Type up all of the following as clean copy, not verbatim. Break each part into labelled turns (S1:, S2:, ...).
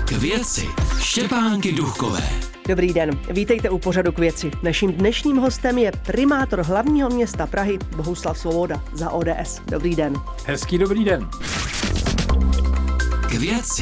S1: K věci Štěpánky Duchkové.
S2: Dobrý den, vítejte u pořadu K věci. Naším dnešním hostem je primátor hlavního města Prahy Bohuslav Svoboda za ODS. Dobrý den.
S3: Hezký dobrý den.
S1: K věci.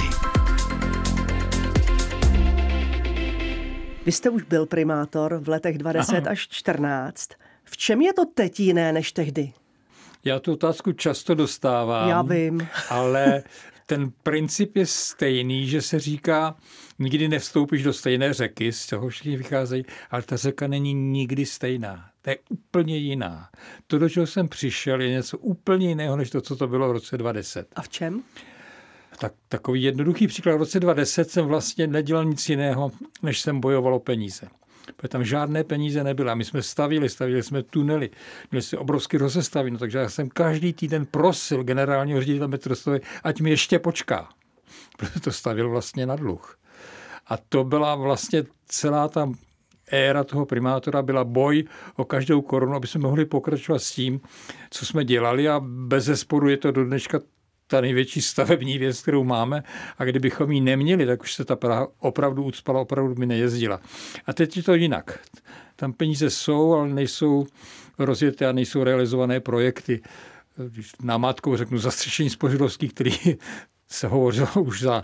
S2: Vy jste už byl primátor v letech 20 až 14. V čem je to teď jiné než tehdy?
S3: Já tu otázku často dostávám.
S2: Já vím.
S3: Ale ten princip je stejný, že se říká, nikdy nevstoupíš do stejné řeky, z toho všichni vycházejí, ale ta řeka není nikdy stejná. To je úplně jiná. To, do čeho jsem přišel, je něco úplně jiného, než to, co to bylo v roce 2010.
S2: A v čem?
S3: Tak, takový jednoduchý příklad. V roce 2010 jsem vlastně nedělal nic jiného, než jsem bojoval o peníze. Protože tam žádné peníze nebyly. A my jsme stavili jsme tunely, měli jsme obrovský rozestaví, takže já jsem každý týden prosil generálního ředitele Metrostavby, ať mi ještě počká. Protože to stavil vlastně na dluh. A to byla vlastně celá ta éra toho primátora, byla boj o každou korunu, aby jsme mohli pokračovat s tím, co jsme dělali, a bezesporu je to do dneška ta největší stavební věc, kterou máme, a kdybychom ji neměli, tak už se ta Praha opravdu ucpala, opravdu by nejezdila. A teď je to jinak. Tam peníze jsou, ale nejsou rozjeté a nejsou realizované projekty. Když namátkou řeknu zastřešení Spořilovský, který se hovořilo už za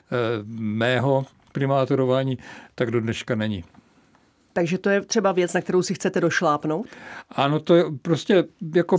S3: mého primátorování, tak do dneška není.
S2: Takže to je třeba věc, na kterou si chcete došlápnout?
S3: Ano, to je prostě jako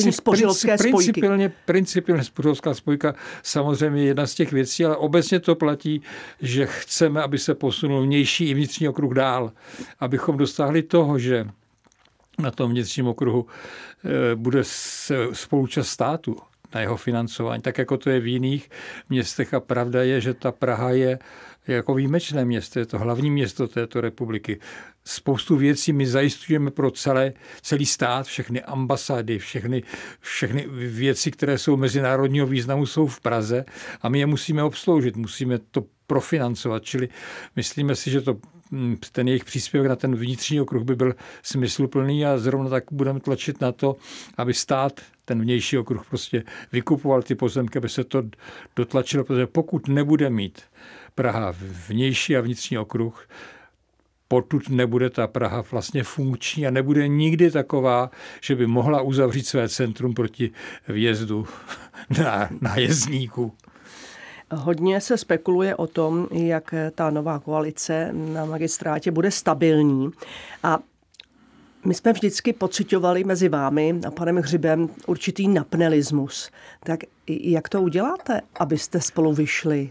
S3: principiálně Spořilovská spojka samozřejmě je jedna z těch věcí, ale obecně to platí, že chceme, aby se posunul vnější i vnitřní okruh dál, abychom dosáhli toho, že na tom vnitřním okruhu bude spoluúčast státu na jeho financování, tak jako to je v jiných městech, a pravda je, že ta Praha je jako výjimečné město, je to hlavní město této republiky. Spoustu věcí my zajistujeme pro celý stát, všechny ambasády, všechny věci, které jsou mezinárodního významu, jsou v Praze a my je musíme obsloužit, musíme to profinancovat, čili myslíme si, že ten jejich příspěvek na ten vnitřní okruh by byl smysluplný, a zrovna tak budeme tlačit na to, aby stát ten vnější okruh prostě vykupoval ty pozemky, aby se to dotlačilo, protože pokud nebude mít Praha vnější a vnitřní okruh, potud nebude ta Praha vlastně funkční a nebude nikdy taková, že by mohla uzavřít své centrum proti vjezdu na jezdníků.
S2: Hodně se spekuluje o tom, jak ta nová koalice na magistrátě bude stabilní. A my jsme vždycky pociťovali mezi vámi a panem Hřibem určitý napnelismus. Tak jak to uděláte, abyste spolu vyšli?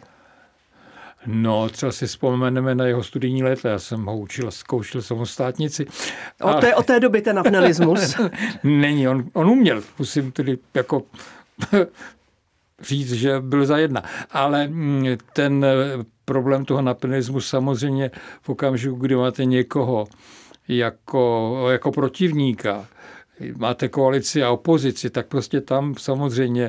S3: No, třeba si vzpomeneme na jeho studijní léta. Já jsem ho zkoušel samostatnici.
S2: Od té doby ten napnelismus?
S3: Není, on uměl. Musím tedy jako říct, že byl za jedna. Ale ten problém toho napnelismu samozřejmě v okamžiku, kdy máte někoho jako protivníka, máte koalici a opozici, tak prostě tam samozřejmě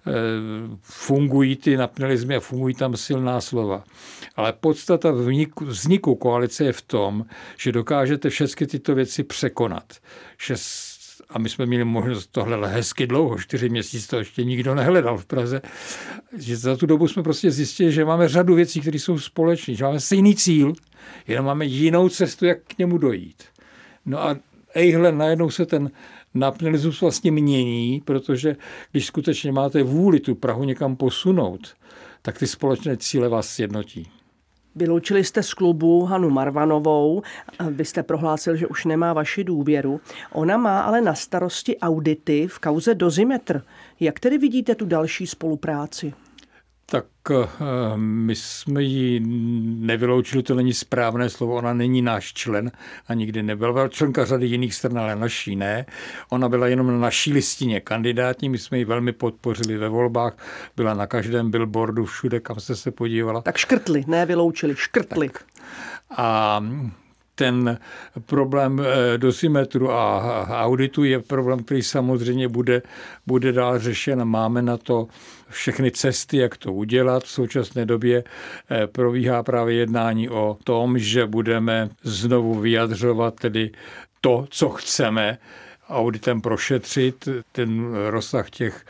S3: fungují ty napnelismy a fungují tam silná slova. Ale podstata vzniku koalice je v tom, že dokážete všechny tyto věci překonat. A my jsme měli možnost to hledat hezky dlouho, 4 měsíce to ještě nikdo nehledal v Praze. Že za tu dobu jsme prostě zjistili, že máme řadu věcí, které jsou společné, že máme stejný cíl, jenom máme jinou cestu, jak k němu dojít. No a najednou se ten napnelismus vlastně mění, protože když skutečně máte vůli tu Prahu někam posunout, tak ty společné cíle vás sjednotí.
S2: Vyloučili jste z klubu Hanu Marvanovou, vy jste prohlásil, že už nemá vaši důvěru. Ona má ale na starosti audity v kauze Dozimetr. Jak tedy vidíte tu další spolupráci?
S3: Tak my jsme ji nevyloučili, to není správné slovo, ona není náš člen a nikdy nebyla. Byla členka řady jiných stran, ale naší ne. Ona byla jenom na naší listině kandidátní, my jsme ji velmi podpořili ve volbách, byla na každém billboardu všude, kam jste se podívala.
S2: Tak škrtli, ne vyloučili, škrtli.
S3: Tak. A ten problém Dozimetru a auditu je problém, který samozřejmě bude dál řešen. Máme na to všechny cesty, jak to udělat. V současné době probíhá právě jednání o tom, že budeme znovu vyjadřovat tedy to, co chceme auditem prošetřit, ten rozsah těch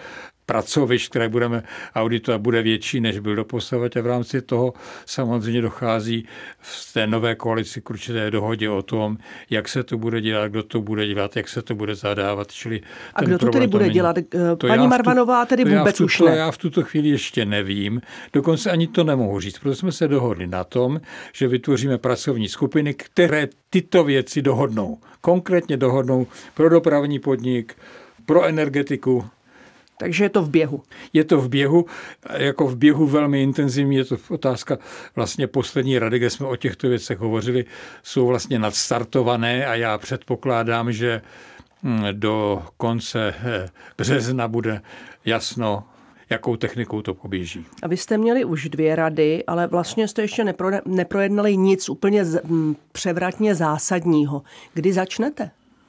S3: pracovišť, které budeme auditovat, bude větší, než byl doposavad a v rámci toho samozřejmě dochází v té nové koalici k určité dohodě o tom, jak se to bude dělat, kdo to bude dělat, jak se to bude zadávat. Čili
S2: a kdo to tedy bude dělat? Paní Marvanová tedy vůbec už ne.
S3: Já v tuto chvíli ještě nevím. Dokonce ani to nemohu říct, protože jsme se dohodli na tom, že vytvoříme pracovní skupiny, které tyto věci dohodnou. Konkrétně dohodnou pro dopravní podnik, pro energetiku.
S2: Takže je to v běhu.
S3: Je to v běhu, jako v běhu velmi intenzivní, je to otázka vlastně poslední rady, kde jsme o těchto věcech hovořili, jsou vlastně nadstartované a já předpokládám, že do konce března bude jasno, jakou technikou to poběží.
S2: A vy jste měli už 2 rady, ale vlastně jste ještě neprojednali nic úplně převratně zásadního. Kdy začnete?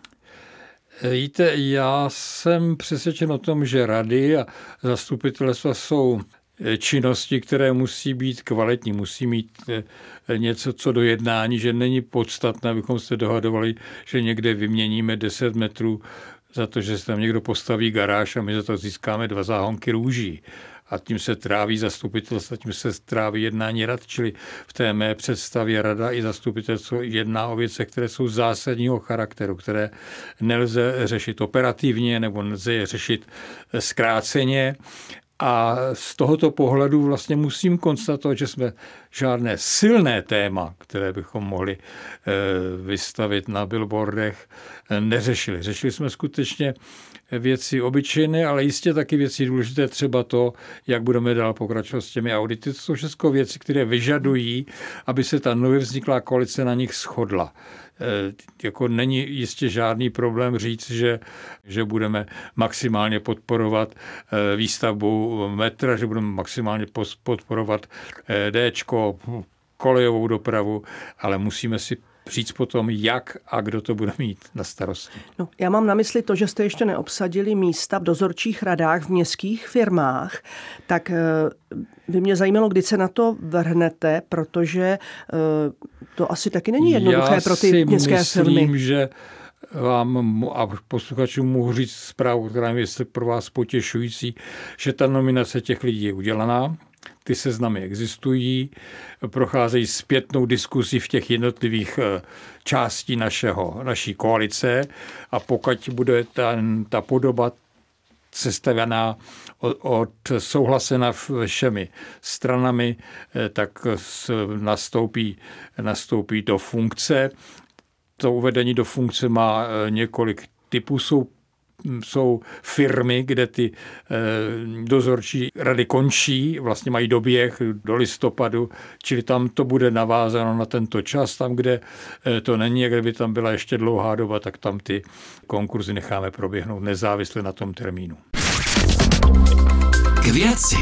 S3: Víte, já jsem přesvědčen o tom, že rady a zastupitelstva jsou činnosti, které musí být kvalitní, musí mít něco, co do jednání, že není podstatné, abychom se dohadovali, že někde vyměníme 10 metrů za to, že se tam někdo postaví garáž a my za to získáme 2 záhonky růží. A tím se tráví zastupitelstvo, tím se tráví jednání rad, čili v té mé představě rada i zastupitelstvo jedná o věcech, které jsou zásadního charakteru, které nelze řešit operativně nebo nelze je řešit zkráceně. A z tohoto pohledu vlastně musím konstatovat, že jsme žádné silné téma, které bychom mohli vystavit na billboardech, neřešili. Řešili jsme skutečně věci obyčejné, ale jistě taky věci důležité, třeba to, jak budeme dál pokračovat s těmi audity. To jsou všechno věci, které vyžadují, aby se ta nově vzniklá koalice na nich shodla. Jako není jistě žádný problém říct, že budeme maximálně podporovat výstavbu metra, že budeme maximálně podporovat Dčko, kolejovou dopravu, ale musíme si říct potom, jak a kdo to bude mít na starosti.
S2: No, já mám na mysli to, že jste ještě neobsadili místa v dozorčích radách v městských firmách, tak by mě zajímalo, kdy se na to vrhnete, protože to asi taky není jednoduché pro ty městské firmy.
S3: Já si myslím, že vám a posluchačům mohu říct zprávu, která je pro vás potěšující, že ta nominace těch lidí je udělaná. Ty seznamy existují, procházejí zpětnou diskusi v těch jednotlivých částí naší koalice a pokud bude ta podoba sestavená odsouhlasena všemi stranami, tak nastoupí do funkce. To uvedení do funkce má několik typů. Jsou firmy, kde ty dozorčí rady končí, vlastně mají doběh do listopadu, čili tam to bude navázáno na tento čas, tam, kde to není, jak by tam byla ještě dlouhá doba, tak tam ty konkurzy necháme proběhnout nezávisle na tom termínu.
S1: K věci.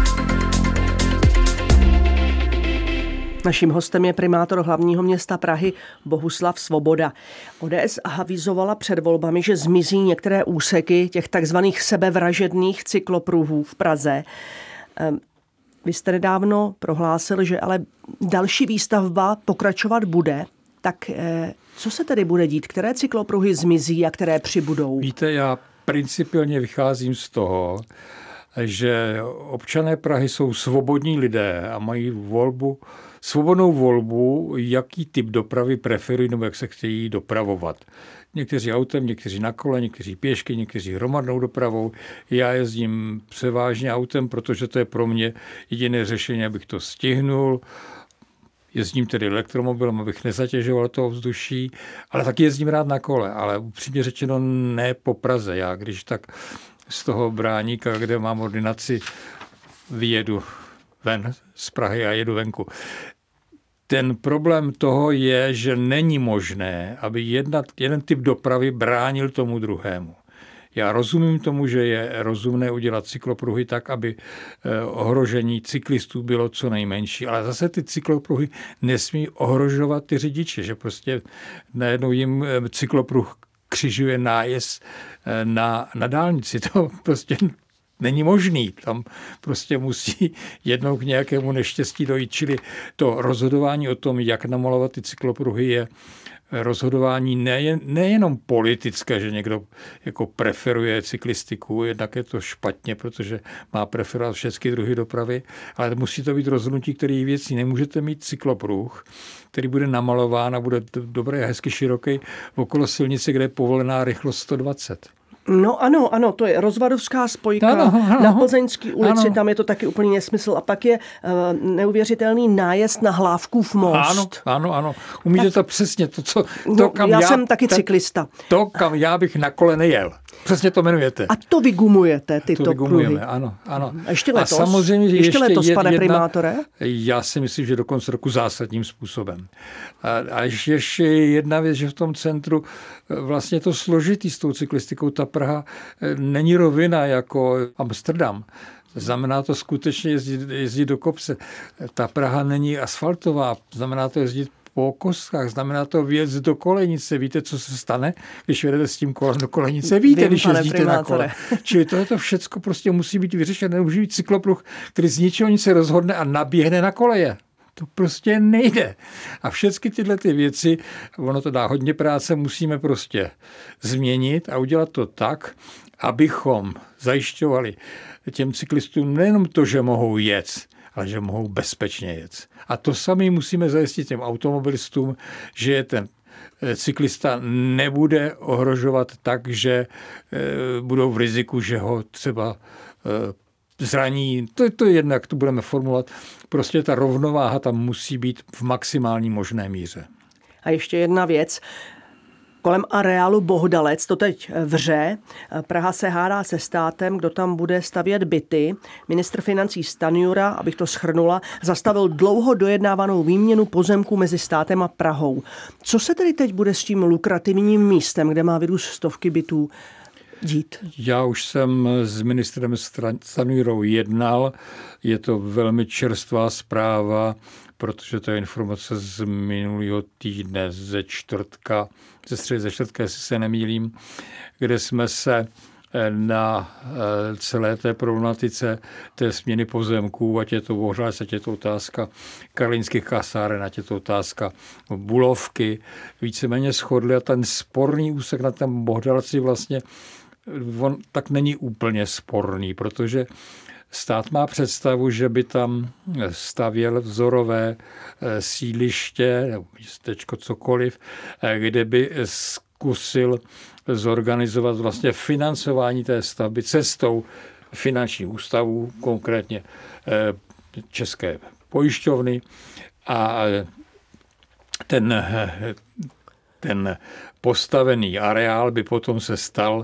S2: Naším hostem je primátor hlavního města Prahy Bohuslav Svoboda. ODS avizovala před volbami, že zmizí některé úseky těch takzvaných sebevražedných cyklopruhů v Praze. Vy jste nedávno prohlásil, že ale další výstavba pokračovat bude. Tak co se tedy bude dít? Které cyklopruhy zmizí a které přibudou?
S3: Víte, já principiálně vycházím z toho, že občané Prahy jsou svobodní lidé a mají svobodnou volbu, jaký typ dopravy preferují nebo jak se chtějí dopravovat. Někteří autem, někteří na kole, někteří pěšky, někteří hromadnou dopravou. Já jezdím převážně autem, protože to je pro mě jediné řešení, abych to stihnul. Jezdím tedy elektromobilem, abych nezatěžoval to ovzduší, ale taky jezdím rád na kole, ale upřímně řečeno ne po Praze. Já když tak z toho Bráníka, kde mám ordinaci, vyjedu ven z Prahy a jedu venku. Ten problém toho je, že není možné, aby jeden typ dopravy bránil tomu druhému. Já rozumím tomu, že je rozumné udělat cyklopruhy tak, aby ohrožení cyklistů bylo co nejmenší, ale zase ty cyklopruhy nesmí ohrožovat ty řidiče, že prostě najednou jim cyklopruh křižuje nájezd na dálnici. To prostě není možný. Tam prostě musí jednou k nějakému neštěstí dojít. Čili to rozhodování o tom, jak namalovat ty cyklopruhy, je rozhodování nejenom politické, že někdo jako preferuje cyklistiku, jednak je to špatně, protože má preferovat všechny druhy dopravy, ale musí to být rozhodnutí, který je věcí. Nemůžete mít cyklopruh, který bude namalován a bude dobrý a hezky široký okolo silnice, kde je povolená rychlost 120.
S2: No ano, to je rozvadovská spojka na Plzeňské ulici, tam je to taky úplně nesmysl. A pak je neuvěřitelný nájezd na Hlávkův most.
S3: Ano. Umíte to přesně,
S2: já jsem taky cyklista.
S3: To, kam já bych na kole nejel. Přesně to jmenujete.
S2: A to vygumujete, tyto pruhy.
S3: Ano.
S2: A ještě letos?
S3: A samozřejmě ještě letos,
S2: pane primátore?
S3: Já si myslím, že do konce roku zásadním způsobem. A ještě jedna věc, že v tom centru vlastně to složitý s tou cyklistikou. Ta Praha není rovina jako Amsterdam. Znamená to skutečně jezdit do kopce. Ta Praha není asfaltová, znamená to jezdit po kostkách, znamená to vjezd do kolejnice. Víte, co se stane, když jedete s tím kolem do kolejnice? Víte, když jezdíte na kole. Čili tohleto všecko prostě musí být vyřešené. Nemůže být cyklopruh, který z ničeho nic se rozhodne a naběhne na koleje. To prostě nejde. A všechny tyhle ty věci, ono to dá hodně práce, musíme prostě změnit a udělat to tak, abychom zajišťovali těm cyklistům nejenom to, že mohou jet, ale že mohou bezpečně jet. A to samé musíme zajistit těm automobilistům, že je ten cyklista nebude ohrožovat tak, že budou v riziku, že ho třeba zraní. To je jednak, to budeme formulovat. Prostě ta rovnováha tam musí být v maximální možné míře.
S2: A ještě jedna věc. Kolem areálu Bohdalec to teď vře. Praha se hádá se státem, kdo tam bude stavět byty. Ministr financí Stanjura, abych to shrnula, zastavil dlouho dojednávanou výměnu pozemků mezi státem a Prahou. Co se tedy teď bude s tím lukrativním místem, kde má vyrůst stovky bytů, dít? Já
S3: už jsem s ministrem Stanjurou jednal. Je to velmi čerstvá zpráva, protože to je informace z minulého týdne, ze středy ze čtvrtka, jestli se nemýlím, kde jsme se na celé té problematice té směny pozemků, ať je to Bohdalec, ať je to otázka karlínských kasáren, ať je to otázka Bulovky, víceméně shodli a ten sporný úsek na tom Bohdalci vlastně on tak není úplně sporný, protože stát má představu, že by tam stavěl vzorové sídliště nebo místečko cokoliv, kde by zkusil zorganizovat vlastně financování té stavby cestou finančních ústavů, konkrétně České pojišťovny, a ten postavený areál by potom se stal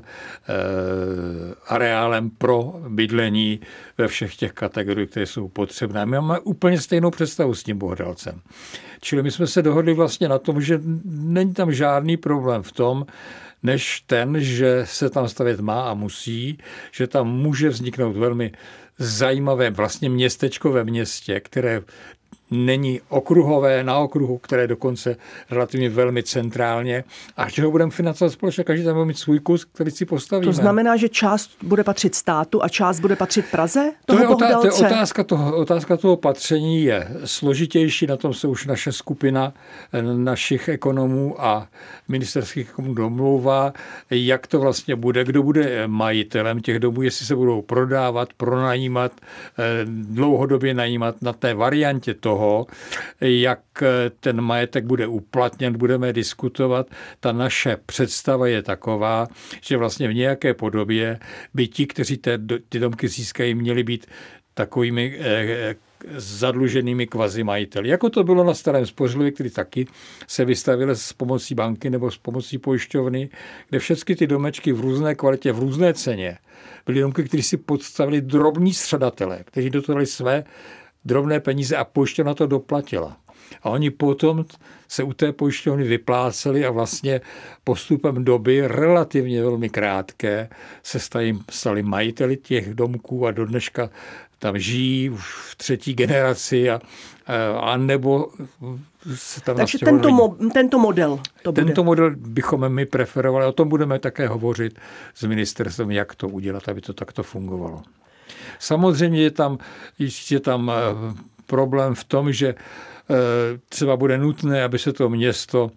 S3: areálem pro bydlení ve všech těch kategoriích, které jsou potřebné. My máme úplně stejnou představu s tím Bohdalcem. Čili my jsme se dohodli vlastně na tom, že není tam žádný problém v tom, než ten, že se tam stavět má a musí, že tam může vzniknout velmi zajímavé vlastně městečko ve městě, které není okruhové, na okruhu, které dokonce relativně velmi centrálně, a že ho budeme financovat společně, každý tam bude mít svůj kus, který si postavíme.
S2: To znamená, že část bude patřit státu a část bude patřit Praze?
S3: To je otázka toho patření je složitější, na tom se už naše skupina našich ekonomů a ministerských ekonomů domlouvá, jak to vlastně bude, kdo bude majitelem těch domů, jestli se budou prodávat, pronajímat, dlouhodobě najímat. Na té variantě toho, jak ten majetek bude uplatněn, budeme diskutovat. Ta naše představa je taková, že vlastně v nějaké podobě by ti, kteří ty domky získají, měli být takovými zadluženými kvazimajiteli. Jako to bylo na Starém Spořilově, který taky se vystavil s pomocí banky nebo s pomocí pojišťovny, kde všechny ty domečky v různé kvalitě, v různé ceně byly domky, které si podstavili drobní střadatelé, kteří do toho dali své drobné peníze a pojišťovna to doplatila. A oni potom se u té pojišťovny vypláceli a vlastně postupem doby relativně velmi krátké se stali majiteli těch domků a do dneška tam žijí už v třetí generaci a nebo se tam
S2: Takže tento model to bude.
S3: Tento model bychom my preferovali. O tom budeme také hovořit s ministerstvem, jak to udělat, aby to takto fungovalo. Samozřejmě je tam problém v tom, že třeba bude nutné, aby se to město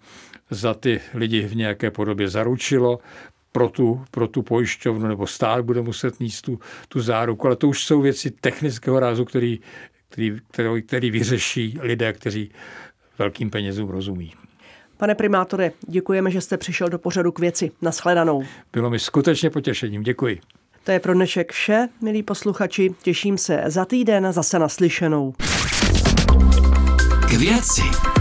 S3: za ty lidi v nějaké podobě zaručilo. Pro tu pojišťovnu nebo stát bude muset níst tu záruku, ale to už jsou věci technického rázu, který vyřeší lidé, kteří velkým penězům rozumí.
S2: Pane primátore, děkujeme, že jste přišel do pořadu K věci. Nashledanou.
S3: Bylo mi skutečně potěšením. Děkuji.
S2: To je pro dnešek vše, milí posluchači. Těším se za týden zase naslyšenou.
S1: K věci.